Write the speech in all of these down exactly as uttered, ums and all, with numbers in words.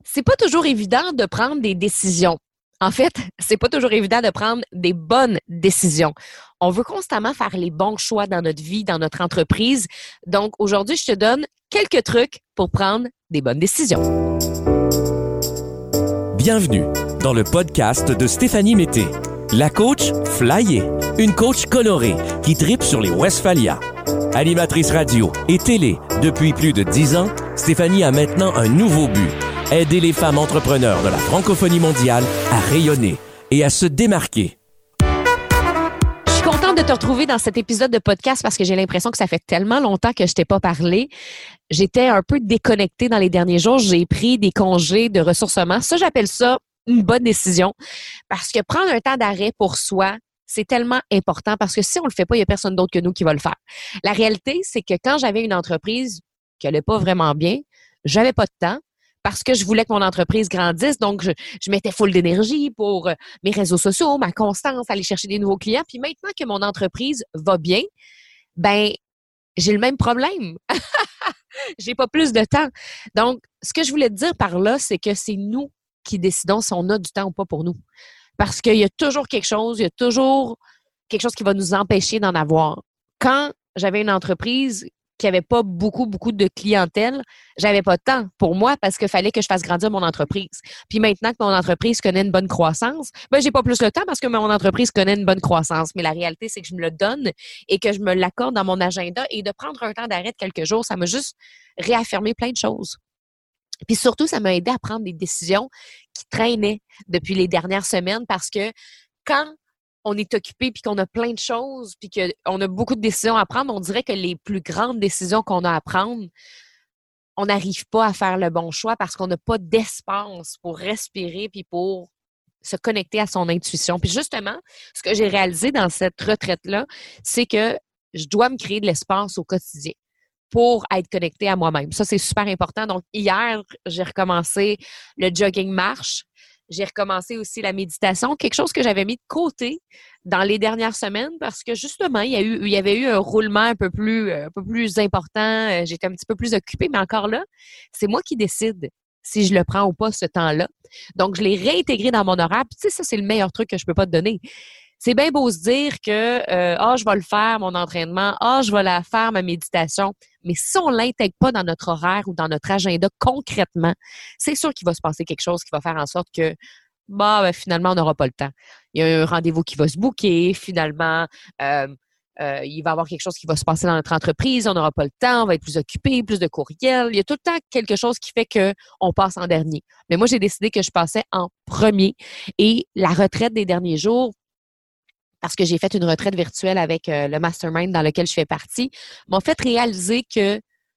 C'est pas toujours évident de prendre des décisions. En fait, c'est pas toujours évident de prendre des bonnes décisions. On veut constamment faire les bons choix dans notre vie, dans notre entreprise. Donc, aujourd'hui, je te donne quelques trucs pour prendre des bonnes décisions. Bienvenue dans le podcast de Stéphanie Mété, la coach flyée, une coach colorée qui tripe sur les Westphalia. Animatrice radio et télé depuis plus de dix ans, Stéphanie a maintenant un nouveau but. Aider les femmes entrepreneurs de la francophonie mondiale à rayonner et à se démarquer. Je suis contente de te retrouver dans cet épisode de podcast parce que j'ai l'impression que ça fait tellement longtemps que je t'ai pas parlé. J'étais un peu déconnectée dans les derniers jours. J'ai pris des congés de ressourcement. Ça, j'appelle ça une bonne décision parce que prendre un temps d'arrêt pour soi, c'est tellement important parce que si on le fait pas, il y a personne d'autre que nous qui va le faire. La réalité, c'est que quand j'avais une entreprise qui allait pas vraiment bien, j'avais pas de temps. Parce que je voulais que mon entreprise grandisse, donc je, je mettais full d'énergie pour euh, mes réseaux sociaux, ma constance, aller chercher des nouveaux clients. Puis maintenant que mon entreprise va bien, ben j'ai le même problème. J'ai pas plus de temps. Donc, ce que je voulais te dire par là, c'est que c'est nous qui décidons si on a du temps ou pas pour nous. Parce qu'il y a toujours quelque chose, il y a toujours quelque chose qui va nous empêcher d'en avoir. Quand j'avais une entreprise qui avait pas beaucoup, beaucoup de clientèle, j'avais pas de temps pour moi parce qu'il fallait que je fasse grandir mon entreprise. Puis maintenant que mon entreprise connaît une bonne croissance, ben j'ai pas plus le temps parce que mon entreprise connaît une bonne croissance. Mais la réalité, c'est que je me le donne et que je me l'accorde dans mon agenda et de prendre un temps d'arrêt de quelques jours, ça m'a juste réaffirmé plein de choses. Puis surtout, ça m'a aidé à prendre des décisions qui traînaient depuis les dernières semaines parce que quand on est occupé puis qu'on a plein de choses puis qu'on a beaucoup de décisions à prendre, on dirait que les plus grandes décisions qu'on a à prendre, on n'arrive pas à faire le bon choix parce qu'on n'a pas d'espace pour respirer puis pour se connecter à son intuition. Puis justement, ce que j'ai réalisé dans cette retraite-là, c'est que je dois me créer de l'espace au quotidien pour être connectée à moi-même. Ça, c'est super important. Donc, hier, j'ai recommencé le jogging marche. J'ai recommencé aussi la méditation, quelque chose que j'avais mis de côté dans les dernières semaines parce que justement, il y a eu, il y avait eu un roulement un peu plus, un peu plus important. J'étais un petit peu plus occupée, mais encore là, c'est moi qui décide si je le prends ou pas ce temps-là. Donc, je l'ai réintégré dans mon horaire. Puis, tu sais, ça, c'est le meilleur truc que je peux pas te donner. C'est bien beau se dire que euh, ah, je vais le faire, mon entraînement, ah, je vais la faire, ma méditation. Mais si on l'intègre pas dans notre horaire ou dans notre agenda concrètement, c'est sûr qu'il va se passer quelque chose qui va faire en sorte que bah ben, finalement, on n'aura pas le temps. Il y a un rendez-vous qui va se booker, finalement, euh, euh, il va y avoir quelque chose qui va se passer dans notre entreprise, on n'aura pas le temps, on va être plus occupé, plus de courriels. Il y a tout le temps quelque chose qui fait qu'on passe en dernier. Mais moi, j'ai décidé que je passais en premier. Et la retraite des derniers jours, parce que j'ai fait une retraite virtuelle avec euh, le mastermind dans lequel je fais partie, m'ont fait réaliser que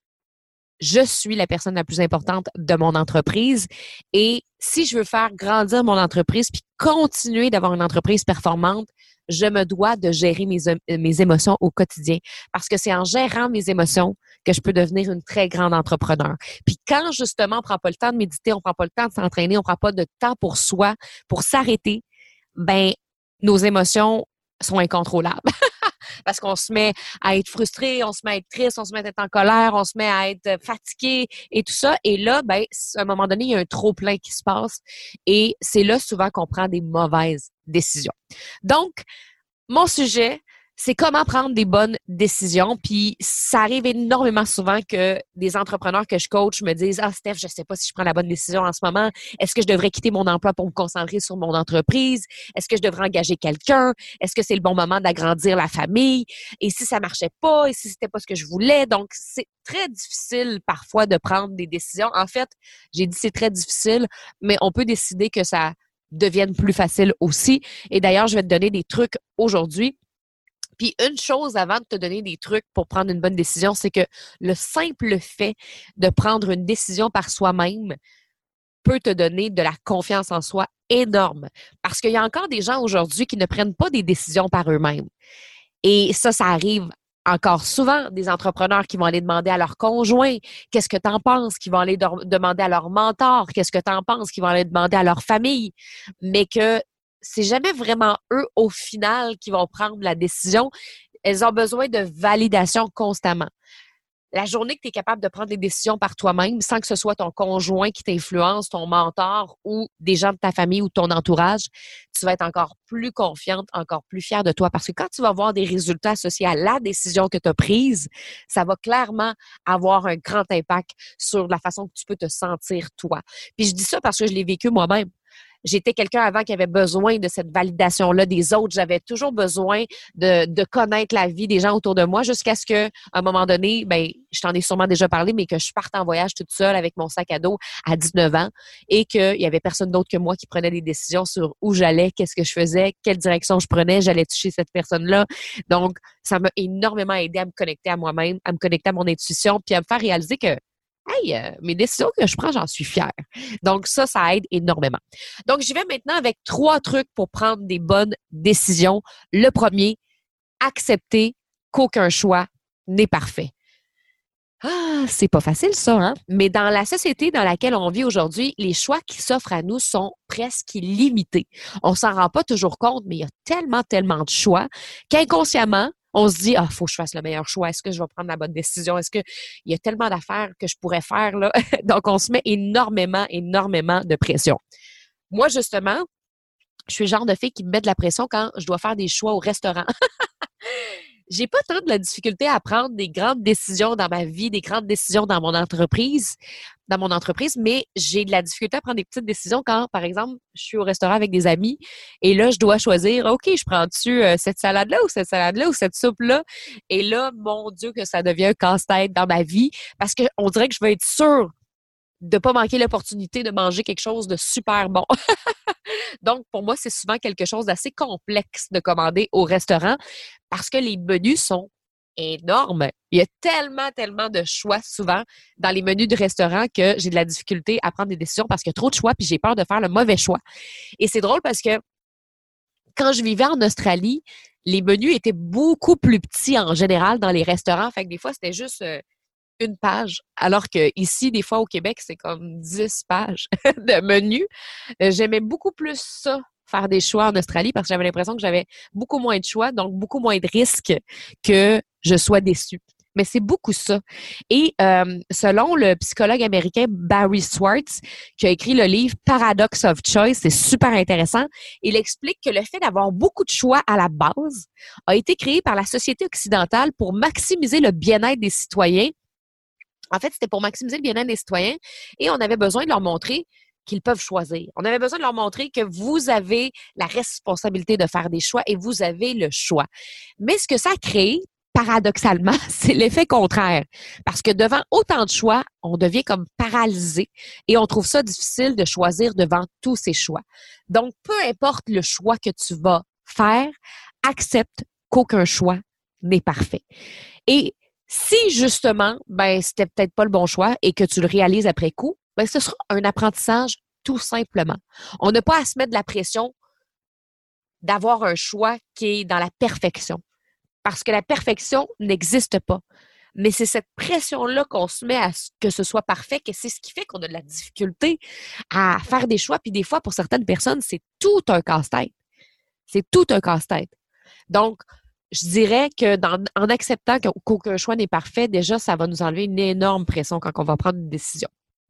je suis la personne la plus importante de mon entreprise. Et si je veux faire grandir mon entreprise puis continuer d'avoir une entreprise performante, je me dois de gérer mes, mes émotions au quotidien. Parce que c'est en gérant mes émotions que je peux devenir une très grande entrepreneur. Puis quand, justement, on prend pas le temps de méditer, on prend pas le temps de s'entraîner, on prend pas de temps pour soi, pour s'arrêter, ben nos émotions sont incontrôlables. Parce qu'on se met à être frustré, on se met à être triste, on se met à être en colère, on se met à être fatigué et tout ça. Et là, ben, à un moment donné, il y a un trop-plein qui se passe. Et c'est là souvent qu'on prend des mauvaises décisions. Donc, mon sujet, c'est comment prendre des bonnes décisions. Puis ça arrive énormément souvent que des entrepreneurs que je coach me disent « Ah, Steph, je sais pas si je prends la bonne décision en ce moment. Est-ce que je devrais quitter mon emploi pour me concentrer sur mon entreprise? Est-ce que je devrais engager quelqu'un? Est-ce que c'est le bon moment d'agrandir la famille? Et si ça marchait pas? Et si c'était pas ce que je voulais? » Donc, c'est très difficile parfois de prendre des décisions. En fait, j'ai dit c'est très difficile, mais on peut décider que ça devienne plus facile aussi. Et d'ailleurs, je vais te donner des trucs aujourd'hui. Puis une chose avant de te donner des trucs pour prendre une bonne décision, c'est que le simple fait de prendre une décision par soi-même peut te donner de la confiance en soi énorme. Parce qu'il y a encore des gens aujourd'hui qui ne prennent pas des décisions par eux-mêmes. Et ça, ça arrive encore souvent, des entrepreneurs qui vont aller demander à leur conjoint qu'est-ce que tu en penses, qui vont aller de- demander à leur mentor qu'est-ce que tu en penses, qui vont aller demander à leur famille, mais que c'est jamais vraiment eux, au final, qui vont prendre la décision. Elles ont besoin de validation constamment. La journée que tu es capable de prendre des décisions par toi-même sans que ce soit ton conjoint qui t'influence, ton mentor ou des gens de ta famille ou ton entourage, tu vas être encore plus confiante, encore plus fière de toi. Parce que quand tu vas voir des résultats associés à la décision que tu as prise, ça va clairement avoir un grand impact sur la façon que tu peux te sentir toi. Puis je dis ça parce que je l'ai vécu moi-même. J'étais quelqu'un avant qui avait besoin de cette validation-là des autres. J'avais toujours besoin de, de connaître la vie des gens autour de moi jusqu'à ce qu'à un moment donné, ben, je t'en ai sûrement déjà parlé, mais que je parte en voyage toute seule avec mon sac à dos à dix-neuf ans et qu'il y avait personne d'autre que moi qui prenait des décisions sur où j'allais, qu'est-ce que je faisais, quelle direction je prenais, j'allais toucher cette personne-là. Donc, ça m'a énormément aidé à me connecter à moi-même, à me connecter à mon intuition, puis à me faire réaliser que hey, euh, mes décisions que je prends, j'en suis fière. Donc, ça, ça aide énormément. Donc, j'y vais maintenant avec trois trucs pour prendre des bonnes décisions. Le premier, accepter qu'aucun choix n'est parfait. Ah, c'est pas facile, ça, hein? Mais dans la société dans laquelle on vit aujourd'hui, les choix qui s'offrent à nous sont presque illimités. On s'en rend pas toujours compte, mais il y a tellement, tellement de choix qu'inconsciemment, on se dit, ah, faut que je fasse le meilleur choix. Est-ce que je vais prendre la bonne décision? Est-ce que il y a tellement d'affaires que je pourrais faire, là? Donc, on se met énormément, énormément de pression. Moi, justement, je suis le genre de fille qui me met de la pression quand je dois faire des choix au restaurant. J'ai pas tant de la difficulté à prendre des grandes décisions dans ma vie, des grandes décisions dans mon entreprise, dans mon entreprise, mais j'ai de la difficulté à prendre des petites décisions quand, par exemple, je suis au restaurant avec des amis et là, je dois choisir, OK, je prends-tu euh, cette salade-là ou cette salade-là ou cette soupe-là? Et là, mon Dieu, que ça devient un casse-tête dans ma vie parce qu'on dirait que je veux être sûre de pas manquer l'opportunité de manger quelque chose de super bon. Donc, pour moi, c'est souvent quelque chose d'assez complexe de commander au restaurant parce que les menus sont énormes. Il y a tellement, tellement de choix souvent dans les menus de restaurant que j'ai de la difficulté à prendre des décisions parce qu'il y a trop de choix puis j'ai peur de faire le mauvais choix. Et c'est drôle parce que quand je vivais en Australie, les menus étaient beaucoup plus petits en général dans les restaurants. Fait que des fois, c'était juste euh, une page. Alors que ici, des fois, au Québec, c'est comme dix pages de menus. Euh, J'aimais beaucoup plus ça, faire des choix en Australie, parce que j'avais l'impression que j'avais beaucoup moins de choix, donc beaucoup moins de risques que je sois déçue. Mais c'est beaucoup ça. Et euh, selon le psychologue américain Barry Schwartz, qui a écrit le livre Paradox of Choice, c'est super intéressant, il explique que le fait d'avoir beaucoup de choix à la base a été créé par la société occidentale pour maximiser le bien-être des citoyens. En fait, c'était pour maximiser le bien-être des citoyens et on avait besoin de leur montrer qu'ils peuvent choisir. On avait besoin de leur montrer que vous avez la responsabilité de faire des choix et vous avez le choix. Mais ce que ça a créé, paradoxalement, c'est l'effet contraire. Parce que devant autant de choix, on devient comme paralysé et on trouve ça difficile de choisir devant tous ces choix. Donc, peu importe le choix que tu vas faire, accepte qu'aucun choix n'est parfait. Et si justement, ben, c'était peut-être pas le bon choix et que tu le réalises après coup, ben, ce sera un apprentissage tout simplement. On n'a pas à se mettre de la pression d'avoir un choix qui est dans la perfection. Parce que la perfection n'existe pas. Mais c'est cette pression-là qu'on se met à ce que ce soit parfait, que c'est ce qui fait qu'on a de la difficulté à faire des choix. Puis des fois, pour certaines personnes, c'est tout un casse-tête. C'est tout un casse-tête. Donc, je dirais que dans, en acceptant qu'aucun choix n'est parfait, déjà, ça va nous enlever une énorme pression quand on va prendre une décision.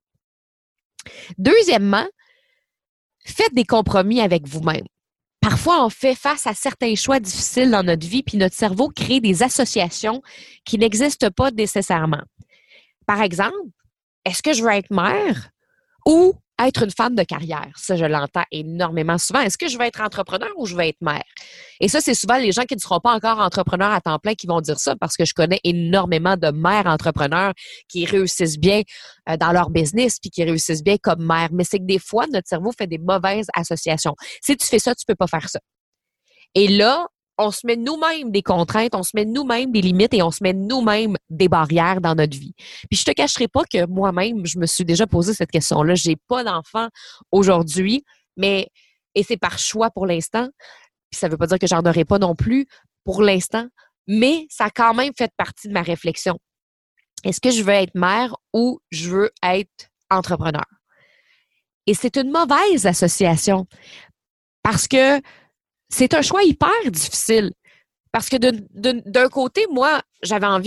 Deuxièmement, faites des compromis avec vous-même. Parfois, on fait face à certains choix difficiles dans notre vie, puis notre cerveau crée des associations qui n'existent pas nécessairement. Par exemple, est-ce que je veux être mère ou être une femme de carrière? Ça, je l'entends énormément souvent. Est-ce que je veux être entrepreneur ou je veux être mère? Et ça, c'est souvent les gens qui ne seront pas encore entrepreneurs à temps plein qui vont dire ça parce que je connais énormément de mères entrepreneurs qui réussissent bien euh, dans leur business puis qui réussissent bien comme mère. Mais c'est que des fois, notre cerveau fait des mauvaises associations. Si tu fais ça, tu peux pas faire ça. Et là, on se met nous-mêmes des contraintes, on se met nous-mêmes des limites et on se met nous-mêmes des barrières dans notre vie. Puis je te cacherai pas que moi-même, je me suis déjà posé cette question-là. J'ai pas d'enfant aujourd'hui, mais et c'est par choix pour l'instant. Puis ça veut pas dire que j'en aurai pas non plus pour l'instant, mais ça a quand même fait partie de ma réflexion. Est-ce que je veux être mère ou je veux être entrepreneur? Et c'est une mauvaise association parce que c'est un choix hyper difficile. Parce que de, de, d'un côté, moi, j'avais envie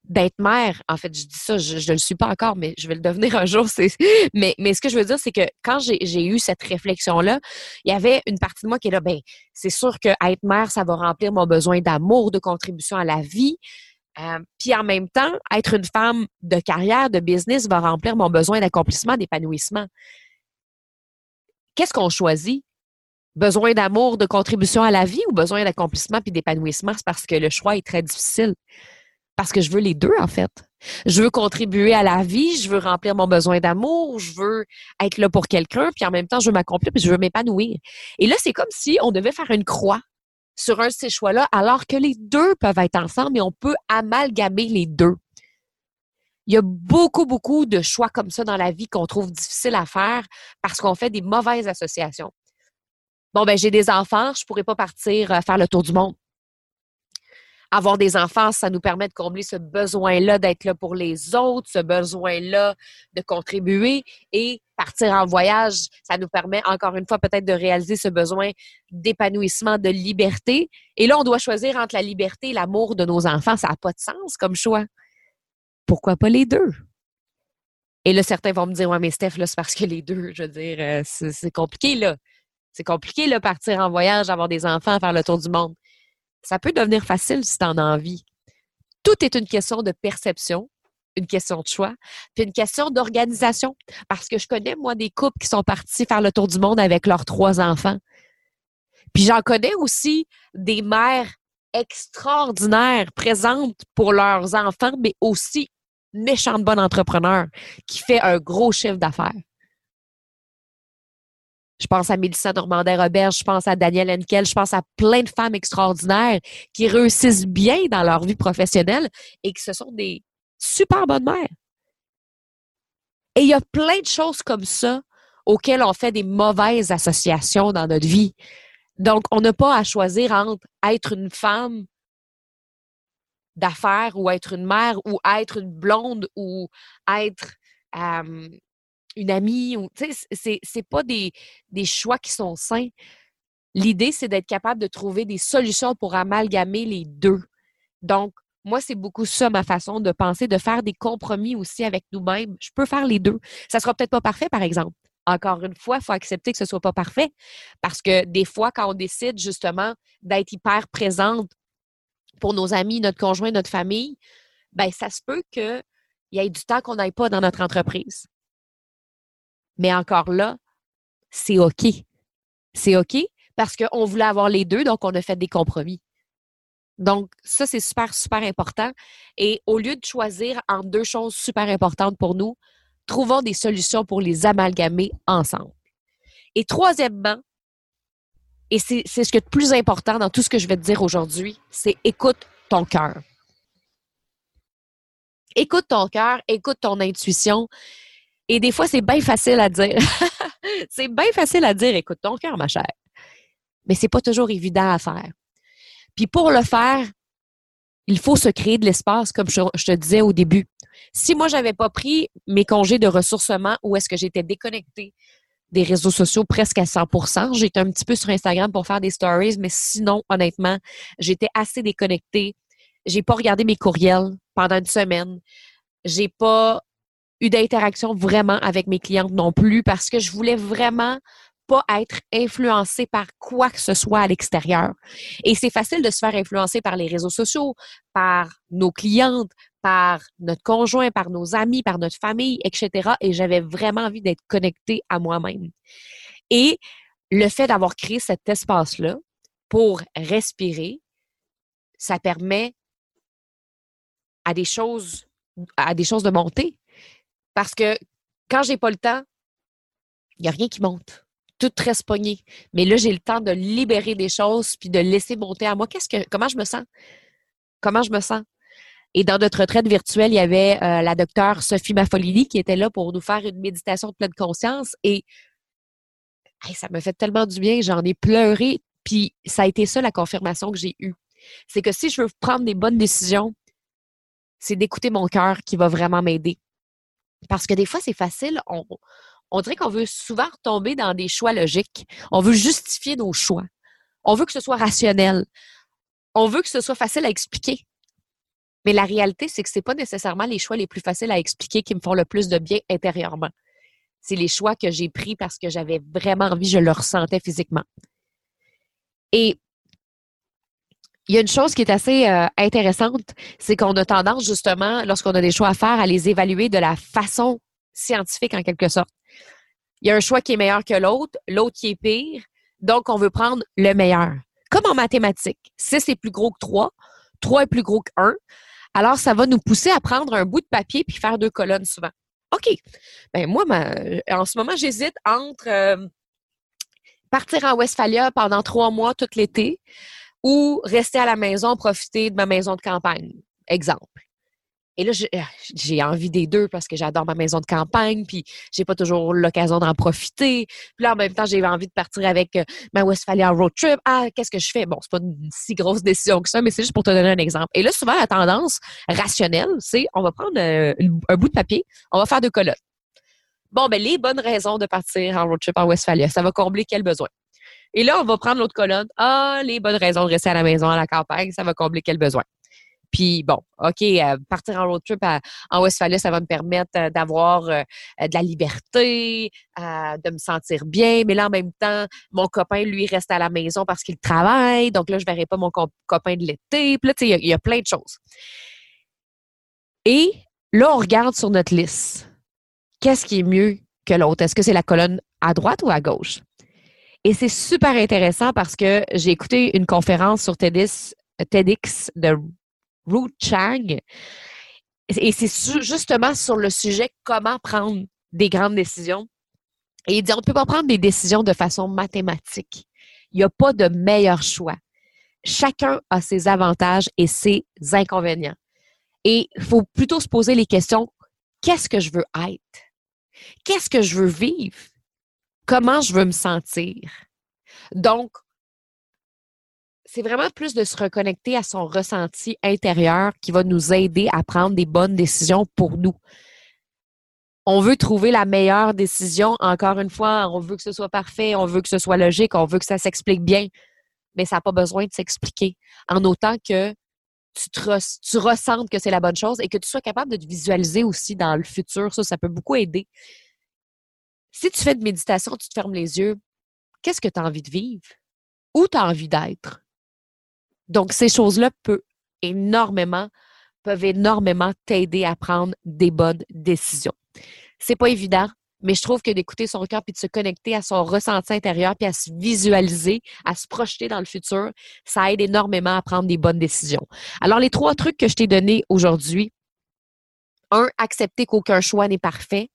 d'être mère, en fait, je dis ça, je ne le suis pas encore, mais je vais le devenir un jour. C'est... Mais, mais ce que je veux dire, c'est que quand j'ai, j'ai eu cette réflexion-là, il y avait une partie de moi qui est là, ben, c'est sûr que être mère, ça va remplir mon besoin d'amour, de contribution à la vie. Euh, puis en même temps, être une femme de carrière, de business, va remplir mon besoin d'accomplissement, d'épanouissement. Qu'est-ce qu'on choisit? Besoin d'amour, de contribution à la vie ou besoin d'accomplissement puis d'épanouissement? C'est parce que le choix est très difficile. Parce que je veux les deux, en fait. Je veux contribuer à la vie, je veux remplir mon besoin d'amour, je veux être là pour quelqu'un, puis en même temps, je veux m'accomplir, puis je veux m'épanouir. Et là, c'est comme si on devait faire une croix sur un de ces choix-là, alors que les deux peuvent être ensemble et on peut amalgamer les deux. Il y a beaucoup, beaucoup de choix comme ça dans la vie qu'on trouve difficiles à faire parce qu'on fait des mauvaises associations. Bon, ben j'ai des enfants, je pourrais pas partir euh, faire le tour du monde. Avoir des enfants, ça nous permet de combler ce besoin-là d'être là pour les autres, ce besoin-là de contribuer et partir en voyage, ça nous permet encore une fois peut-être de réaliser ce besoin d'épanouissement, de liberté. Et là, on doit choisir entre la liberté et l'amour de nos enfants. Ça n'a pas de sens comme choix. Pourquoi pas les deux? Et là, certains vont me dire, ouais, mais Steph, là, c'est parce que les deux, je veux dire, euh, c'est, c'est compliqué, là. C'est compliqué, là, partir en voyage, avoir des enfants, faire le tour du monde. Ça peut devenir facile si tu en as envie. Tout est une question de perception, une question de choix, puis une question d'organisation. Parce que je connais, moi, des couples qui sont partis faire le tour du monde avec leurs trois enfants. Puis j'en connais aussi des mères extraordinaires, présentes pour leurs enfants, mais aussi méchante bonne entrepreneur qui fait un gros chiffre d'affaires. Je pense à Mélissa Normandin-Roberge, je pense à Danielle Henkel, je pense à plein de femmes extraordinaires qui réussissent bien dans leur vie professionnelle et qui ce sont des super bonnes mères. Et il y a plein de choses comme ça auxquelles on fait des mauvaises associations dans notre vie. Donc, on n'a pas à choisir entre être une femme d'affaires ou être une mère ou être une blonde ou être euh, une amie. Ou, tu sais, c'est, c'est pas des, des choix qui sont sains. L'idée, c'est d'être capable de trouver des solutions pour amalgamer les deux. Donc, moi, c'est beaucoup ça, ma façon de penser, de faire des compromis aussi avec nous-mêmes. Je peux faire les deux. Ça sera peut-être pas parfait, par exemple. Encore une fois, il faut accepter que ce soit pas parfait. Parce que des fois, quand on décide justement d'être hyper présente pour nos amis, notre conjoint, notre famille, ben ça se peut qu'il y ait du temps qu'on n'aille pas dans notre entreprise. Mais encore là, c'est OK. C'est OK parce qu'on voulait avoir les deux, donc on a fait des compromis. Donc, ça, c'est super, super important. Et au lieu de choisir entre deux choses super importantes pour nous, trouvons des solutions pour les amalgamer ensemble. Et troisièmement, et c'est, c'est ce qui est le plus important dans tout ce que je vais te dire aujourd'hui, c'est écoute ton cœur. Écoute ton cœur, écoute ton intuition. Et des fois, c'est bien facile à dire. C'est bien facile à dire, écoute ton cœur, ma chère. Mais c'est pas toujours évident à faire. Puis pour le faire, il faut se créer de l'espace, comme je, je te disais au début. Si moi, j'avais pas pris mes congés de ressourcement où est-ce que j'étais déconnectée des réseaux sociaux presque à cent pour cent, j'étais un petit peu sur Instagram pour faire des stories, mais sinon, honnêtement, j'étais assez déconnectée. J'ai pas regardé mes courriels pendant une semaine. J'ai pas eu d'interaction vraiment avec mes clientes non plus parce que je voulais vraiment pas être influencée par quoi que ce soit à l'extérieur. Et c'est facile de se faire influencer par les réseaux sociaux, par nos clientes, par notre conjoint, par nos amis, par notre famille, et cetera. Et j'avais vraiment envie d'être connectée à moi-même. Et le fait d'avoir créé cet espace-là pour respirer, ça permet à des choses, à des choses de monter. Parce que quand j'ai pas le temps, il n'y a rien qui monte. Tout reste pogné. Mais là, j'ai le temps de libérer des choses puis de laisser monter à moi. Qu'est-ce que, comment je me sens? Comment je me sens? Et dans notre retraite virtuelle, il y avait euh, la docteure Sophie Maffolini qui était là pour nous faire une méditation de pleine conscience. Et hey, ça me fait tellement du bien. J'en ai pleuré. Puis ça a été ça la confirmation que j'ai eue. C'est que si je veux prendre des bonnes décisions, c'est d'écouter mon cœur qui va vraiment m'aider. Parce que des fois, c'est facile. On, on dirait qu'on veut souvent retomber dans des choix logiques. On veut justifier nos choix. On veut que ce soit rationnel. On veut que ce soit facile à expliquer. Mais la réalité, c'est que c'est pas nécessairement les choix les plus faciles à expliquer qui me font le plus de bien intérieurement. C'est les choix que j'ai pris parce que j'avais vraiment envie, je le ressentais physiquement. Et il y a une chose qui est assez euh, intéressante, c'est qu'on a tendance justement, lorsqu'on a des choix à faire, à les évaluer de la façon scientifique en quelque sorte. Il y a un choix qui est meilleur que l'autre, l'autre qui est pire, donc on veut prendre le meilleur. Comme en mathématiques, six est plus gros que trois, trois est plus gros que un, alors ça va nous pousser à prendre un bout de papier puis faire deux colonnes souvent. OK, ben moi, ma, en ce moment, j'hésite entre euh, partir en Westphalia pendant trois mois tout l'été, ou rester à la maison, profiter de ma maison de campagne, exemple. Et là, j'ai envie des deux parce que j'adore ma maison de campagne, puis j'ai pas toujours l'occasion d'en profiter. Puis là, en même temps, j'ai envie de partir avec ma Westphalia road trip. Ah, qu'est-ce que je fais? Bon, c'est pas une si grosse décision que ça, mais c'est juste pour te donner un exemple. Et là, souvent, la tendance rationnelle, c'est on va prendre une, un bout de papier, on va faire deux colonnes. Bon, ben les bonnes raisons de partir en road trip en Westphalia, ça va combler quel besoin? Et là, on va prendre l'autre colonne. Ah, les bonnes raisons de rester à la maison, à la campagne, ça va combler quel besoin? Puis bon, OK, euh, partir en road trip à, en Westphalia, ça va me permettre euh, d'avoir euh, de la liberté, euh, de me sentir bien. Mais là, en même temps, mon copain, lui, reste à la maison parce qu'il travaille. Donc là, je ne verrai pas mon co- copain de l'été. Puis là, tu sais, il y, y a plein de choses. Et là, on regarde sur notre liste. Qu'est-ce qui est mieux que l'autre? Est-ce que c'est la colonne à droite ou à gauche? Et c'est super intéressant parce que j'ai écouté une conférence sur TEDx, TEDx de Ruth Chang et c'est justement sur le sujet comment prendre des grandes décisions. Et il dit on ne peut pas prendre des décisions de façon mathématique. Il n'y a pas de meilleur choix. Chacun a ses avantages et ses inconvénients. Et il faut plutôt se poser les questions, qu'est-ce que je veux être? Qu'est-ce que je veux vivre? Comment je veux me sentir? Donc, c'est vraiment plus de se reconnecter à son ressenti intérieur qui va nous aider à prendre des bonnes décisions pour nous. On veut trouver la meilleure décision. Encore une fois, on veut que ce soit parfait, on veut que ce soit logique, on veut que ça s'explique bien, mais ça n'a pas besoin de s'expliquer. En autant que tu, te res, tu ressentes que c'est la bonne chose et que tu sois capable de te visualiser aussi dans le futur. Ça, ça peut beaucoup aider. Si tu fais de méditation, tu te fermes les yeux, qu'est-ce que tu as envie de vivre? Où tu as envie d'être? Donc, ces choses-là peuvent énormément, peuvent énormément t'aider à prendre des bonnes décisions. C'est pas évident, mais je trouve que d'écouter son cœur puis de se connecter à son ressenti intérieur puis à se visualiser, à se projeter dans le futur, ça aide énormément à prendre des bonnes décisions. Alors, les trois trucs que je t'ai donnés aujourd'hui, un, accepter qu'aucun choix n'est parfait.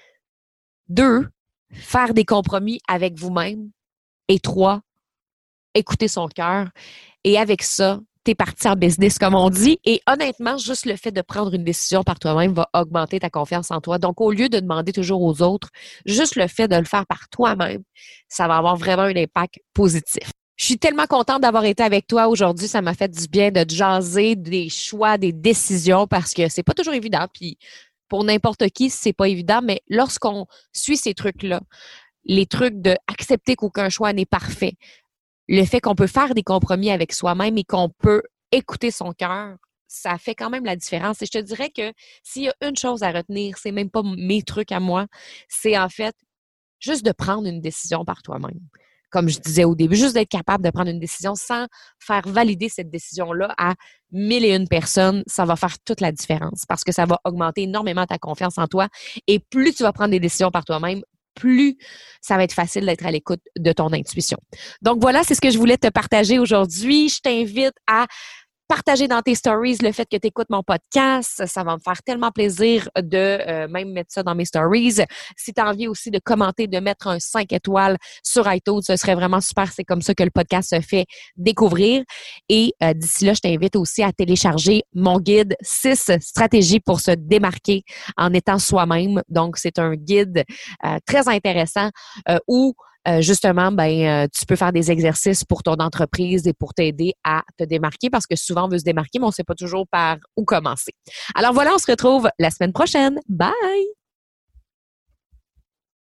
Deux, faire des compromis avec vous-même. Et trois, écouter son cœur. Et avec ça, t'es parti en business, comme on dit. Et honnêtement, juste le fait de prendre une décision par toi-même va augmenter ta confiance en toi. Donc, au lieu de demander toujours aux autres, juste le fait de le faire par toi-même, ça va avoir vraiment un impact positif. Je suis tellement contente d'avoir été avec toi aujourd'hui. Ça m'a fait du bien de te jaser des choix, des décisions, parce que c'est pas toujours évident. Puis, pour n'importe qui, c'est pas évident. Mais lorsqu'on suit ces trucs-là, les trucs de accepter qu'aucun choix n'est parfait, le fait qu'on peut faire des compromis avec soi-même et qu'on peut écouter son cœur, ça fait quand même la différence. Et je te dirais que s'il y a une chose à retenir, c'est même pas mes trucs à moi, c'est en fait juste de prendre une décision par toi-même. Comme je disais au début, juste d'être capable de prendre une décision sans faire valider cette décision-là à mille et une personnes, ça va faire toute la différence parce que ça va augmenter énormément ta confiance en toi. Et plus tu vas prendre des décisions par toi-même, plus ça va être facile d'être à l'écoute de ton intuition. Donc voilà, c'est ce que je voulais te partager aujourd'hui. Je t'invite à partager dans tes stories le fait que tu écoutes mon podcast. Ça va me faire tellement plaisir de euh, même mettre ça dans mes stories. Si tu as envie aussi de commenter, de mettre un cinq étoiles sur iTunes, ce serait vraiment super. C'est comme ça que le podcast se fait découvrir. Et euh, d'ici là, je t'invite aussi à télécharger mon guide six stratégies pour se démarquer en étant soi-même. Donc, c'est un guide euh, très intéressant euh, où Euh, justement, ben, euh, tu peux faire des exercices pour ton entreprise et pour t'aider à te démarquer parce que souvent, on veut se démarquer, mais on ne sait pas toujours par où commencer. Alors voilà, on se retrouve la semaine prochaine. Bye!